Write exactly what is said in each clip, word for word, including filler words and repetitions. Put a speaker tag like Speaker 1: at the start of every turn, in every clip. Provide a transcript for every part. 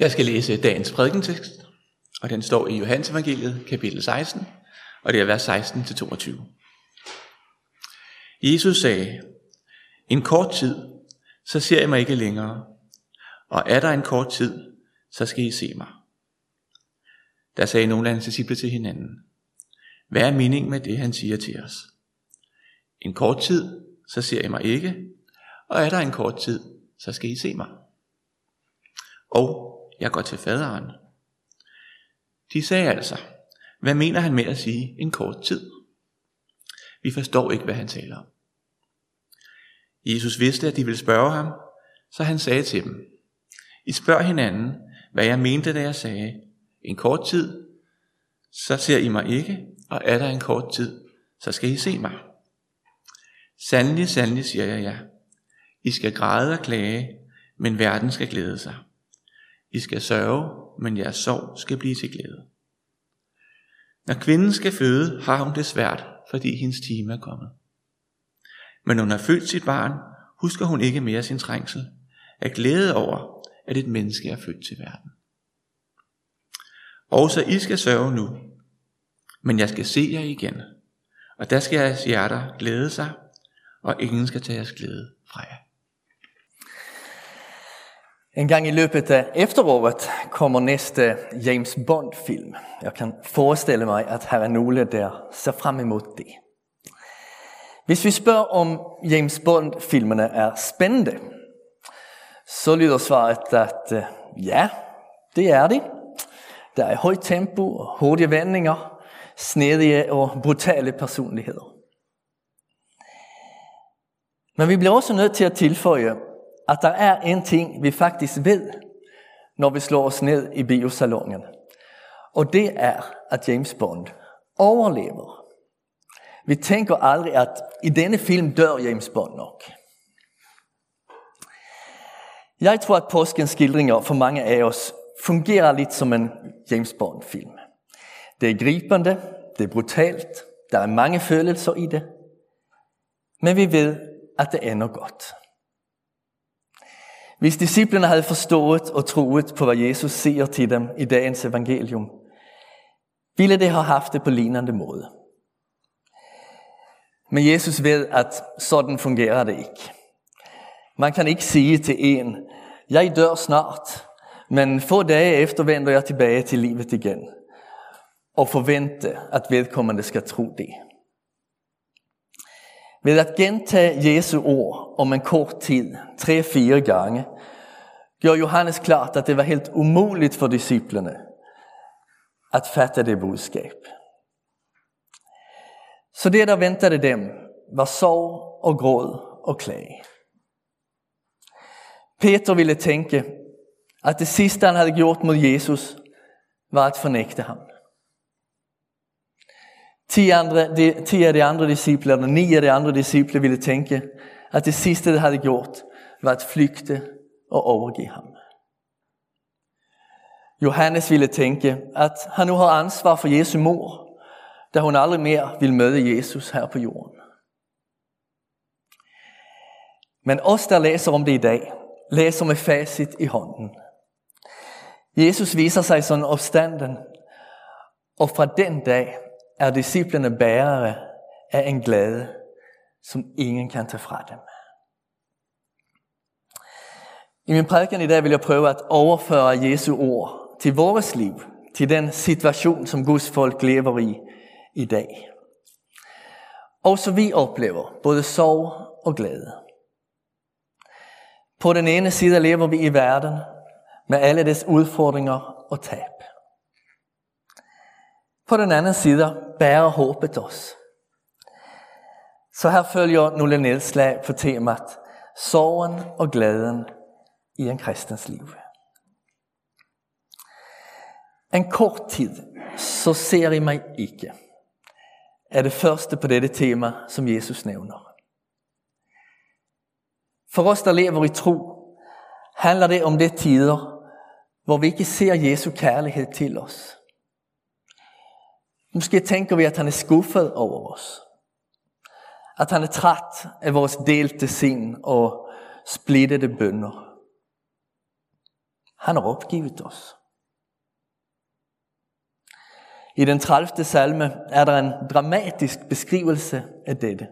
Speaker 1: Jeg skal læse dagens prædikentekst, og den står i Johannes evangeliet, kapitel seksten, og det er vers seksten til toogtyve. Jesus sagde, en kort tid, så ser jeg mig ikke længere, og er der en kort tid, så skal I se mig. Der sagde nogle af hans disciple til hinanden, hvad er meningen med det, han siger til os? En kort tid, så ser I mig ikke, og er der en kort tid, så skal I se mig. Og jeg går til faderen. De sagde altså, hvad mener han med at sige en kort tid? Vi forstår ikke, hvad han taler om. Jesus vidste, at de ville spørge ham, så han sagde til dem, I spørger hinanden, hvad jeg mente, da jeg sagde, en kort tid, så ser I mig ikke, og er der en kort tid, så skal I se mig. Sandelig, sandelig, siger jeg jer, I skal græde og klage, men verden skal glæde sig. I skal sørge, men jeres sorg skal blive til glæde. Når kvinden skal føde, har hun det svært, fordi hendes time er kommet. Men når hun har født sit barn, husker hun ikke mere sin trængsel, af glæde over, at et menneske er født til verden. Også I skal sørge nu, men jeg skal se jer igen, og der skal jeres hjerter glæde sig, og ingen skal tage jeres glæde fra jer.
Speaker 2: En gang i løbet af efteråret kommer næste James Bond-film. Jeg kan forestille mig, at her er nogle, der ser frem imod det. Hvis vi spørger, om James Bond-filmene er spændende, så lyder svaret, at ja, det er det. Der er højt tempo og hurtige vendinger, snedige og brutale personligheder. Men vi bliver også nødt til at tilføje, at der er en ting, vi faktisk ved, når vi slår os ned i biosalongen. Og det er, at James Bond overlever. Vi tænker aldrig, at i denne film dør James Bond nok. Jeg tror, at påskens skildringer for mange af os fungerer lidt som en James Bond-film. Det er gribende, det er brutalt, der er mange følelser i det. Men vi ved, at det ender godt. Hvis disciplene havde forstået og troet på, hvad Jesus siger til dem i dagens evangelium, ville det have haft det på lignende måde. Men Jesus ved, at sådan fungerer det ikke. Man kan ikke sige til en, jeg dør snart, men få dage efter vender jeg tilbage til livet igen, og forvente, at vedkommende skal tro det. Ved at gentage Jesu ord om en kort tid, tre-fire gange, gør Johannes klart, at det var helt umuligt for disciplene at fatte det budskab. Så det, der ventede dem, var sorg og gråd og klage. Peter ville tænke, at det sidste, han havde gjort mod Jesus, var at fornægte ham. Ti, andre, de, ti af de andre disciple, eller ni af de andre disciple ville tænke, at det sidste, det havde gjort, var at flygte og overgive ham. Johannes ville tænke, at han nu har ansvar for Jesu mor, da hun aldrig mere vil møde Jesus her på jorden. Men os, der læser om det i dag, læser med facit i hånden. Jesus viser sig som opstanden, og fra den dag er disciplene bærere af en glæde, som ingen kan tage fra dem. I min prædiken i dag vil jeg prøve at overføre Jesu ord til vores liv, til den situation, som Guds folk lever i i dag. Og så vi oplever både sorg og glæde. På den ene side lever vi i verden med alle dets udfordringer og tab. På den anden side bærer håbet os. Så her følger nogle nedslag på temaet sorgen og glæden i en kristens liv. En kort tid, så ser I mig ikke, er det første på dette tema, som Jesus nævner. For os, der lever i tro, handler det om det tider, hvor vi ikke ser Jesu kærlighed til os. Måske tænker vi, at han er skuffet over os. At han er træt af vores delte sind og splittede bønner. Han har opgivet os. I den tredivte salme er der en dramatisk beskrivelse af dette.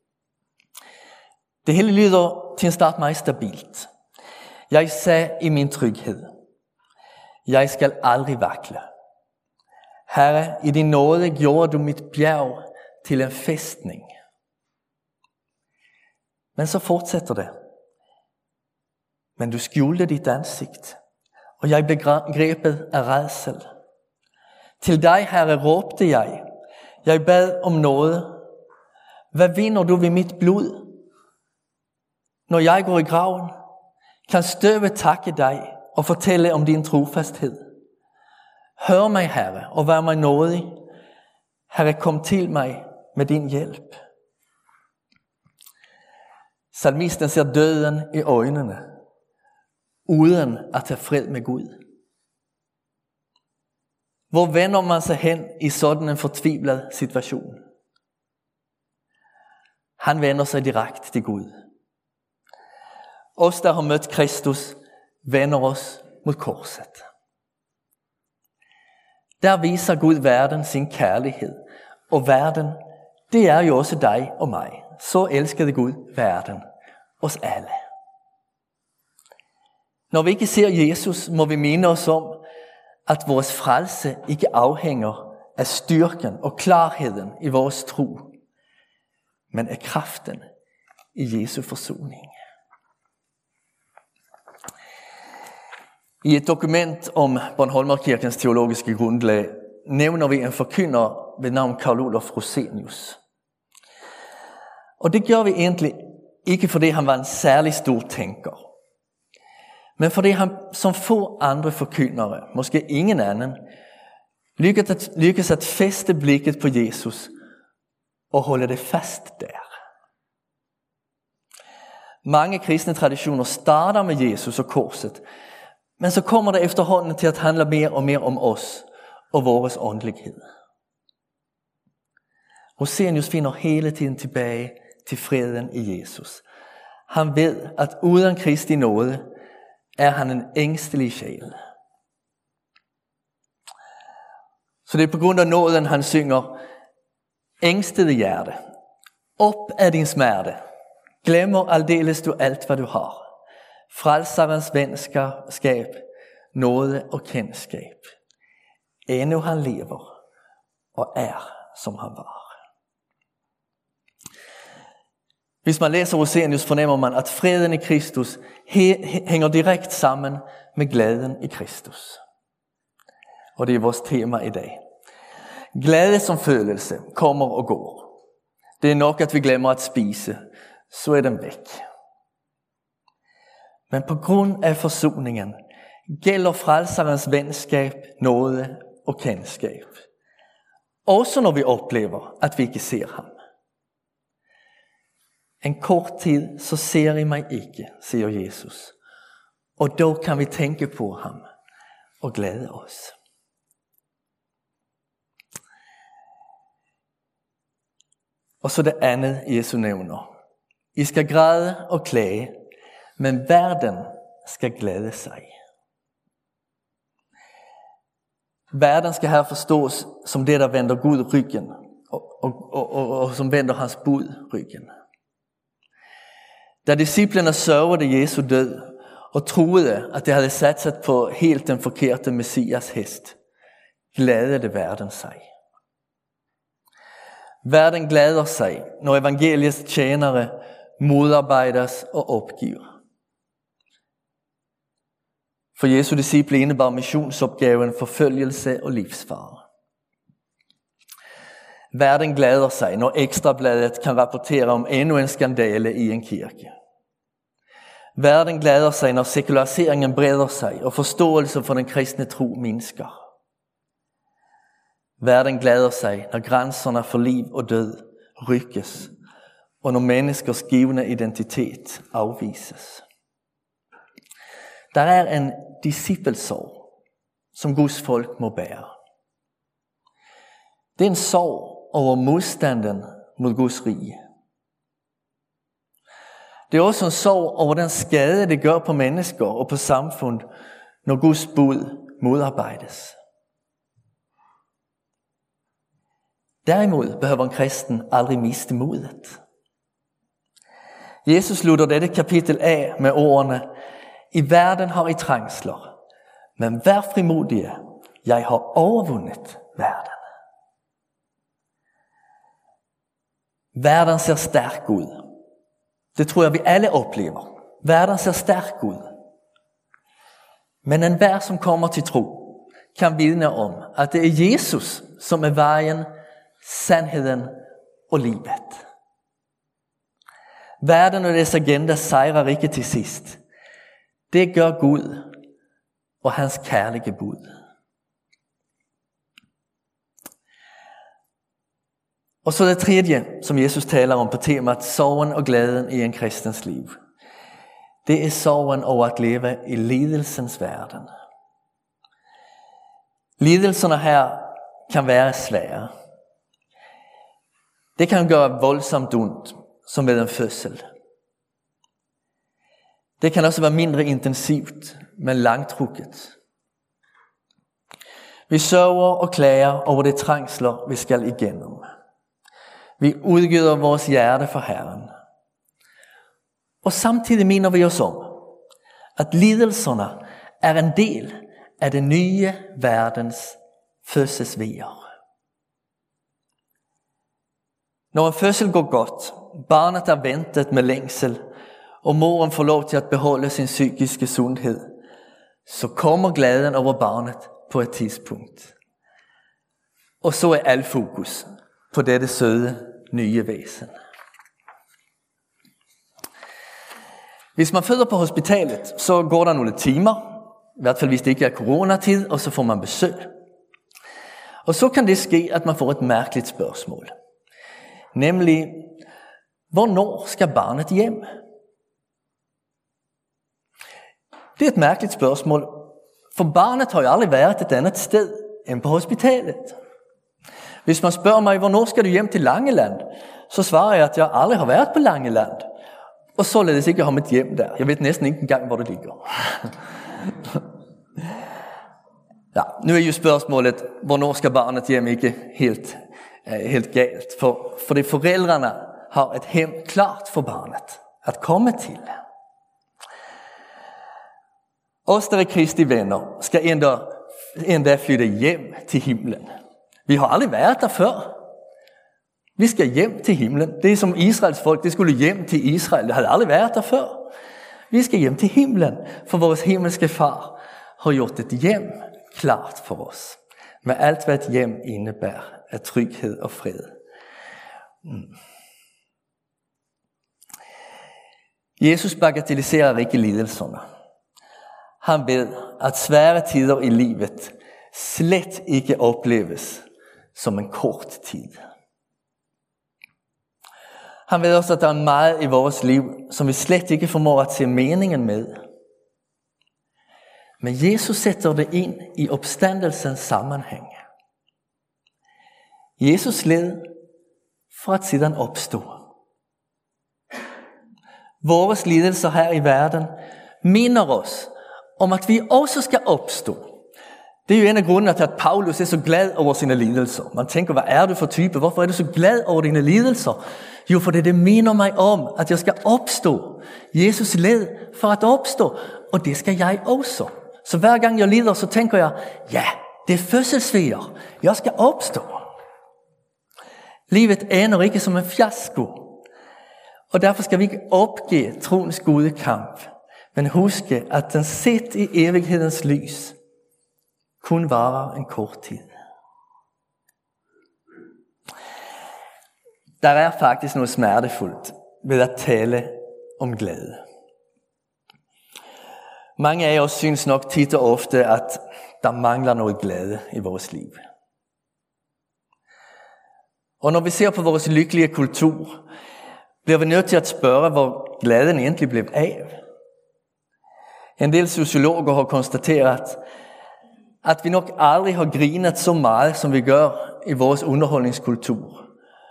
Speaker 2: Det hele lyder til en start meget stabilt. Jeg sagde i min tryghed, jeg skal aldrig vakle. Herre, i din nåde gjorde du mit bjerg til en fæstning. Men så fortsætter det. Men du skjulte dit ansigt, og jeg blev grebet af rædsel. Til dig, Herre, råbte jeg. Jeg bad om noget. Hvad vinder du ved mit blod? Når jeg går i graven, kan støvet takke dig og fortælle om din trofasthed. Hør mig, Herre, og vær mig nådig. Herre, kom til mig med din hjælp. Salmisten ser døden i øjnene, uden at have fred med Gud. Hvor vender man sig hen i sådan en fortvivlet situation? Han vender sig direkte til Gud. Os, der har mødt Kristus, vender os mod korset. Der viser Gud verden sin kærlighed, og verden, det er jo også dig og mig. Så elskede Gud verden, os alle. Når vi ikke ser Jesus, må vi minde os om, at vores frelse ikke afhænger af styrken og klarheden i vores tro, men af kraften i Jesu forsoning. I et dokument om Bornholmerkirkens teologiske grundlag nævner vi en forkynder ved navn Karl Olof Rosenius. Og det gør vi egentlig ikke fordi han var en særlig stor tænker, men fordi han som få andre forkyndere, måske ingen anden, lykkes at, lykkes at fæste blikket på Jesus og holde det fast der. Mange kristne traditioner starter med Jesus og korset, men så kommer det efterhånden til at handle mere og mere om os og vores åndelighed. Rosenius finder hele tiden tilbage til freden i Jesus. Han ved, at uden Kristi nåde er han en ængstelig sjæl. Så det er på grund af nåden, han synger, ængstede hjerte, op af din smerte, glemmer aldeles du alt, hvad du har. Frelsarens venskab, nåde og kendskab. Endnu han lever og er, som han var. Hvis man læser Rosenius, fornemmer man, at freden i Kristus hænger direkte sammen med glæden i Kristus. Og det er vores tema i dag. Glæde som følelse kommer og går. Det er nok, at vi glemmer at spise, så er den væk. Men på grund af forsoningen gælder frelsarens venskab, nåde og kendskab. Også når vi oplever, at vi ikke ser ham. En kort tid, så ser I mig ikke, siger Jesus. Og då kan vi tænke på ham og glæde os. Og så det andet, Jesus nævner. I skal græde og klage, men verden skal glæde sig. Verden skal her forstås som det, der vender Gud ryggen, og, og, og, og, og som vender hans bud ryggen. Da disciplene sørgede Jesu død og troede, at det havde sat sig på helt den forkerte Messias hest, glædede verden sig. Verden glæder sig, når evangeliets tjenere modarbejdes og opgiver. For Jesu disciple indebar missionsopgaven forfølgelse og livsfare. Verden glæder sig, når Ekstrabladet kan rapportere om endnu en skandale i en kirke. Verden glæder sig, når sekulariseringen breder sig og forståelse for den kristne tro mindsker. Verden glæder sig, når grænserne for liv og død rykkes, og når menneskers givne identitet afvises. Der er en discipelsorg, som Guds folk må bære. Det er en sorg over modstanden mod Guds rige. Det er også en sorg over den skade, det gør på mennesker og på samfund, når Guds bud modarbejdes. Derimod behøver en kristen aldrig miste modet. Jesus slutter dette kapitel af med ordene: I verden har I trængsler, men vær frimodige, jeg har overvundet verden. Verden ser stærk ud. Det tror jeg, vi alle oplever. Verden ser stærk ud. Men enhver, som kommer til tro, kan vidne om, at det er Jesus, som er vejen, sandheden og livet. Verden og dets agenda sejrer ikke til sidst. Det gør Gud og hans kærlige bud. Og så det tredje, som Jesus taler om på temaet sorgen og glæden i en kristens liv. Det er sorgen over at leve i lidelsens verden. Lidelserne her kan være svære. Det kan gøre voldsomt ondt, som ved en fødsel. Det kan også være mindre intensivt, men langtrukket. Vi sørger og klager over de trængsler, vi skal igennem. Vi udgyder vores hjerte for Herren. Og samtidig mener vi os om, at lidelserne er en del af den nye verdens fødselsvejer. Når en fødsel går godt, barnet er ventet med længsel, og moren får lov til at beholde sin psykiske sundhed, så kommer glæden over barnet på et tidspunkt. Og så er al fokus på dette søde nye væsen. Hvis man føder på hospitalet, så går der nogle timer, i hvert fald hvis det ikke er coronatid, og så får man besøg. Og så kan det ske, at man får et mærkeligt spørgsmål. Nemlig, hvornår skal barnet hjem? Det er et mærkeligt spørgsmål, for barnet har jo aldrig været et andet sted end på hospitalet. Hvis man spørger mig, hvornår skal du hjem til Langeland, så svarer jeg, at jeg aldrig har været på Langeland. Og således ikke har mit hjem der. Jeg ved næsten ikke engang, hvor det ligger. Ja, nu er jo spørgsmålet, hvornår skal barnet hjem, ikke helt, helt galt. For, for de forældrene har et hjem klart for barnet at komme til. Os, der er Kristi venner, skal endda, endda flytte hjem til himlen. Vi har aldrig været der før. Vi skal hjem til himlen. Det er som Israels folk, det skulle hjem til Israel. Det havde aldrig været der før. Vi skal hjem til himlen, for vores himmelske far har gjort et hjem klart for os. Med alt, hvad et hjem indebærer af tryghed og fred. Mm. Jesus bagatelliserer ikke lidelserne. Han ved, at svære tider i livet slet ikke opleves som en kort tid. Han ved også, at der er meget i vores liv, som vi slet ikke formår at se meningen med. Men Jesus sætter det ind i opstandelsens sammenhæng. Jesus led for at siden opstå. Vores lidelser her i verden minder os om, at vi også skal opstå. Det er jo en af grundene til, at Paulus er så glad over sine lidelser. Man tænker, hvad er du for type? Hvorfor er du så glad over dine lidelser? Jo, fordi det minder mig om, at jeg skal opstå. Jesus led for at opstå, og det skal jeg også. Så hver gang jeg lider, så tænker jeg, ja, det er fødselsvejer. Jeg skal opstå. Livet ender ikke som en fiasko. Og derfor skal vi ikke opgive troens gode kamp, men huske, at den set i evighedens lys kun varer en kort tid. Der er faktisk noget smertefuldt ved at tale om glæde. Mange af os synes nok tit og ofte, at der mangler noget glæde i vores liv. Og når vi ser på vores lykkelige kultur, bliver vi nødt til at spørge, hvor glæden egentlig blev af. En del sociologer har konstateret, at vi nok aldrig har grinet så meget, som vi gør i vores underholdningskultur,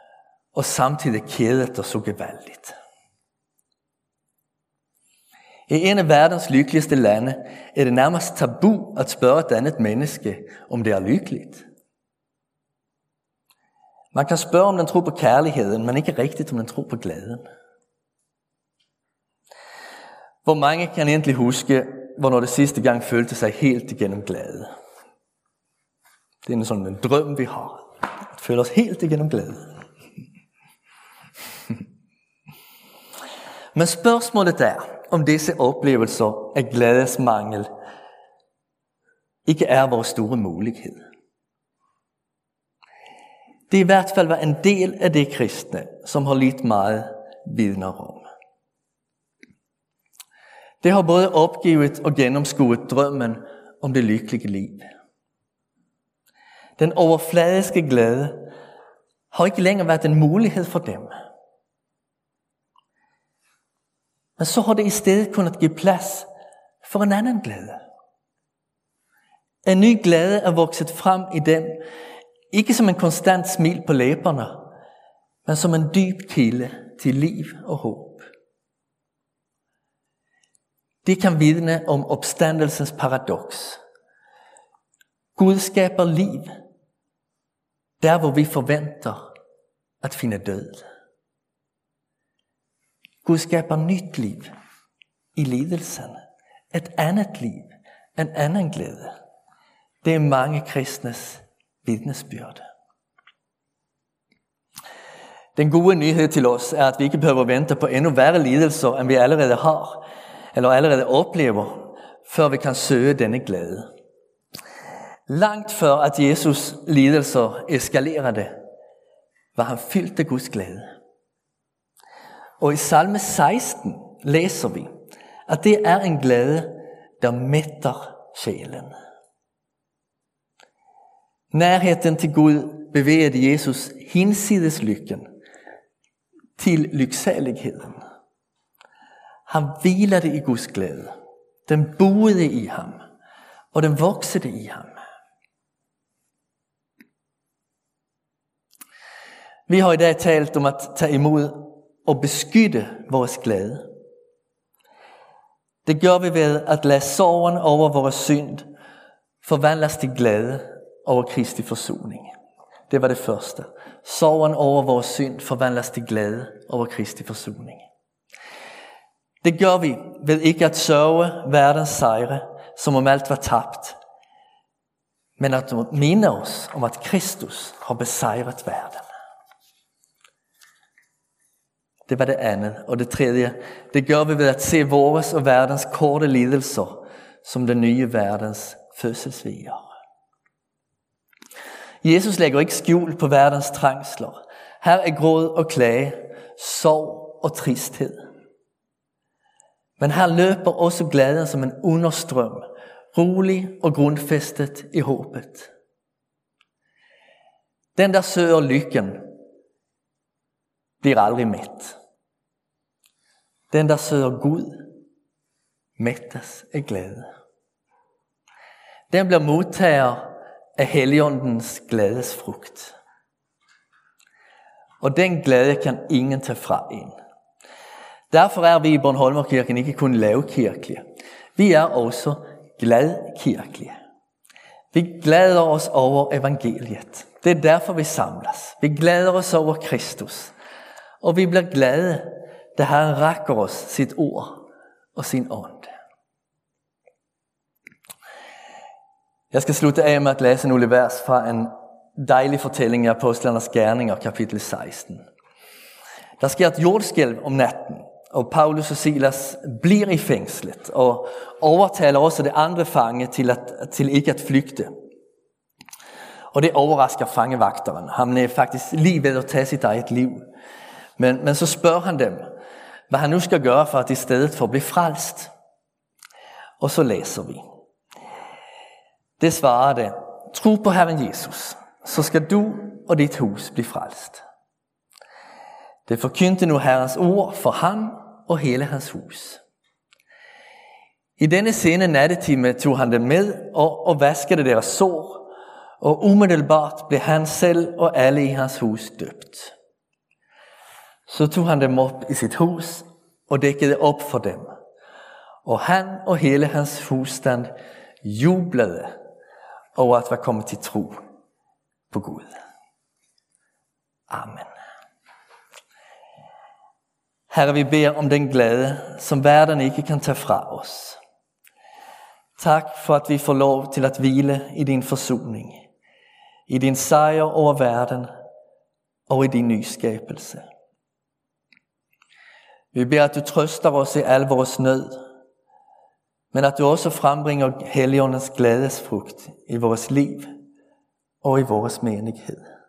Speaker 2: og samtidig kædet og så gevaldigt. I en af verdens lykkeligste lande er det nærmest tabu at spørge et andet menneske, om det er lykkeligt. Man kan spørge, om den tror på kærligheden, men ikke rigtigt, om den tror på glæden. Hvor mange kan egentlig huske, hvornår det sidste gang følte sig helt igennem glæde? Det er sådan en drøm, vi har. At føle os helt igennem glæde. Men spørgsmålet er, om disse oplevelser af glædesmangel ikke er vores store mulighed. Det er i hvert fald en del af det kristne, som har lidt meget vidner om. Det har både opgivet og gennemskuet drømmen om det lykkelige liv. Den overfladiske glæde har ikke længere været en mulighed for dem. Men så har det i stedet kunnet give plads for en anden glæde. En ny glæde er vokset frem i dem, ikke som en konstant smil på læberne, men som en dyb kilde til liv og håb. Det kan vidne om opstandelsens paradoks. Gud skaber liv, der hvor vi forventer at finde død. Gud skaber nyt liv i lidelsen, et andet liv, en anden glæde. Det er mange kristnes vidnesbyrd. Den gode nyhed til os er, at vi ikke behøver vente på endnu værre lidelser, end vi allerede har, eller allerede oplever, før vi kan søge denne glæde. Langt før at Jesus lidelser eskalerede, var han fyldt af Guds glæde. Og i salme seksten læser vi, at det er en glæde, der mætter sjælen. Nærheden til Gud bevægede Jesus hinsides lykken til lyksaligheden. Han hvilede i Guds glæde. Den boede i ham, og den voksede i ham. Vi har i dag talt om at tage imod og beskytte vores glæde. Det gør vi ved at lade sorgen over vores synd forvandles til glæde over Kristi forsoning. Det var det første. Sorgen over vores synd forvandles til glæde over Kristi forsoning. Det gør vi ved ikke at sørge verdens sejre, som om alt var tabt, men at minde os om, at Kristus har besejret verden. Det var det andet. Og det tredje, det gør vi ved at se vores og verdens korte lidelser som den nye verdens fødselsviger. Jesus lægger ikke skjul på verdens trængsler. Her er gråd og klage, sorg og tristhed. Men her løber også glæden som en understrøm, rolig og grundfæstet i håbet. Den, der søger lykken, bliver aldrig mæt. Den, der søger Gud, mættes af glæde. Den bliver modtager af Helligåndens glædesfrugt. Og den glæde kan ingen tage fra en. Derfor er vi i Bornholmerkirken ikke kun lavkirkelige. Vi er også gladkirkelige. Vi glæder os over evangeliet. Det er derfor vi samles. Vi glæder os over Kristus. Og vi bliver glade, da han rækker os sit ord og sin ånd. Jeg skal slutte af med at læse nogle vers fra en dejlig fortælling i Apostlenes Gerninger, kapitel seksten. Der sker et jordskælv om natten, og Paulus og Silas bliver i fængslet og overtaler også det andre fange til, at, til ikke at flygte. Og det overrasker fangevagteren. Han er faktisk lige ved at tage sit eget liv. Men, men så spørger han dem, hvad han nu skal gøre for at i stedet for at blive frelst. Og så læser vi. Det svarer det, tro på Herren Jesus, så skal du og dit hus blive frelst. Det forkyndte nu Herrens ord for ham og hele hans hus. I denne sene nattetime tog han dem med og, og vaskede deres sår, og umiddelbart blev han selv og alle i hans hus døbt. Så tog han dem op i sit hus og dækkede op for dem. Og han og hele hans husstand jublede over at være kommet til tro på Gud. Amen. Herre, vi beder om den glæde, som verden ikke kan tage fra os. Tak for, at vi får lov til at hvile i din forsoning, i din sejr over verden og i din nyskabelse. Vi beder, at du trøster os i al vores nød, men at du også frembringer Helligåndens glædesfrugt i vores liv og i vores menighed.